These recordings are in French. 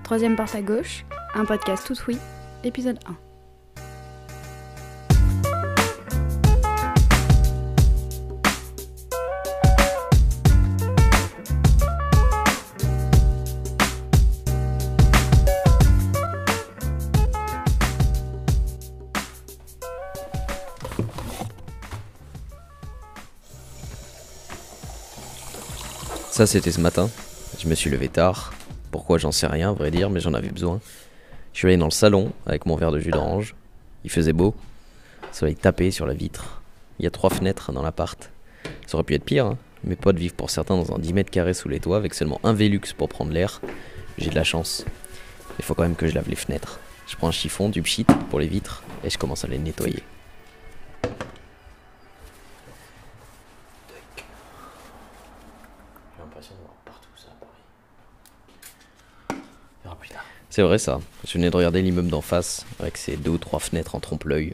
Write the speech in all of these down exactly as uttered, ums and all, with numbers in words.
Troisième porte à gauche, un podcast tout oui, épisode un. Ça c'était ce matin, je me suis levé tard, pourquoi j'en sais rien à vrai dire, mais j'en avais besoin. Je suis allé dans le salon avec mon verre de jus d'orange, il faisait beau, le soleil tapait sur la vitre, il y a trois fenêtres dans l'appart. Ça aurait pu être pire, hein. Mes potes vivent pour certains dans un dix mètres carrés sous les toits avec seulement un Velux pour prendre l'air, j'ai de la chance. Il faut quand même que je lave les fenêtres. Je prends un chiffon, du pchit pour les vitres et je commence à les nettoyer. J'ai l'impression de voir partout ça à Paris. On verra plus tard. C'est vrai ça, je venais de regarder l'immeuble d'en face avec ses deux ou trois fenêtres en trompe-l'œil.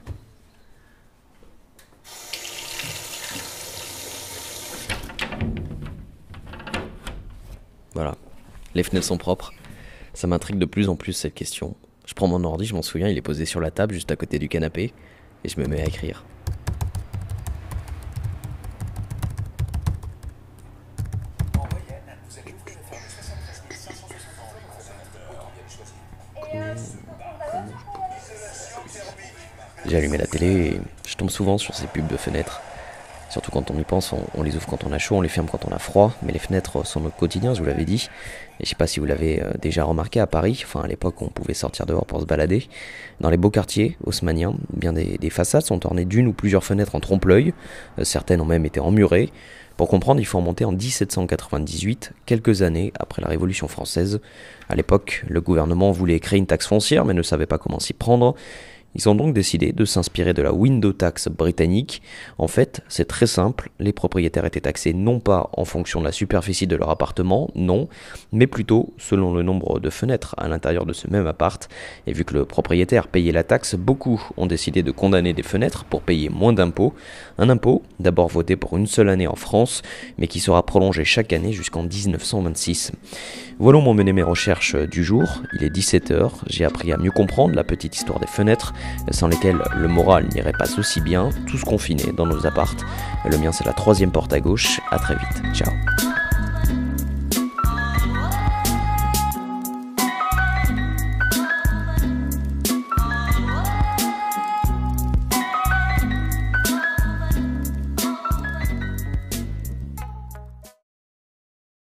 Voilà, les fenêtres sont propres. Ça m'intrigue de plus en plus cette question. Je prends mon ordi, je m'en souviens, il est posé sur la table juste à côté du canapé et je me mets à écrire. J'ai allumé la télé et je tombe souvent sur ces pubs de fenêtres. Surtout quand on y pense, on, on les ouvre quand on a chaud, on les ferme quand on a froid, mais les fenêtres sont notre quotidien, je vous l'avais dit. Et je sais pas si vous l'avez euh, déjà remarqué à Paris, enfin à l'époque on pouvait sortir dehors pour se balader. Dans les beaux quartiers haussmanniens, bien des, des façades sont ornées d'une ou plusieurs fenêtres en trompe-l'œil, euh, certaines ont même été emmurées. Pour comprendre, il faut remonter en dix-sept cent quatre-vingt-dix-huit, quelques années après la Révolution française. À l'époque, le gouvernement voulait créer une taxe foncière mais ne savait pas comment s'y prendre. Ils ont donc décidé de s'inspirer de la window tax britannique. En fait, c'est très simple, les propriétaires étaient taxés non pas en fonction de la superficie de leur appartement, non, mais plutôt selon le nombre de fenêtres à l'intérieur de ce même appart. Et vu que le propriétaire payait la taxe, beaucoup ont décidé de condamner des fenêtres pour payer moins d'impôts. Un impôt, d'abord voté pour une seule année en France, mais qui sera prolongé chaque année jusqu'en dix-neuf cent vingt-six. Voilà où m'ont mené mes recherches du jour. Il est dix-sept heures, j'ai appris à mieux comprendre la petite histoire des fenêtres, sans lesquelles le moral n'irait pas aussi bien, tous confinés dans nos apparts. Le mien c'est la troisième porte à gauche, à très vite, ciao.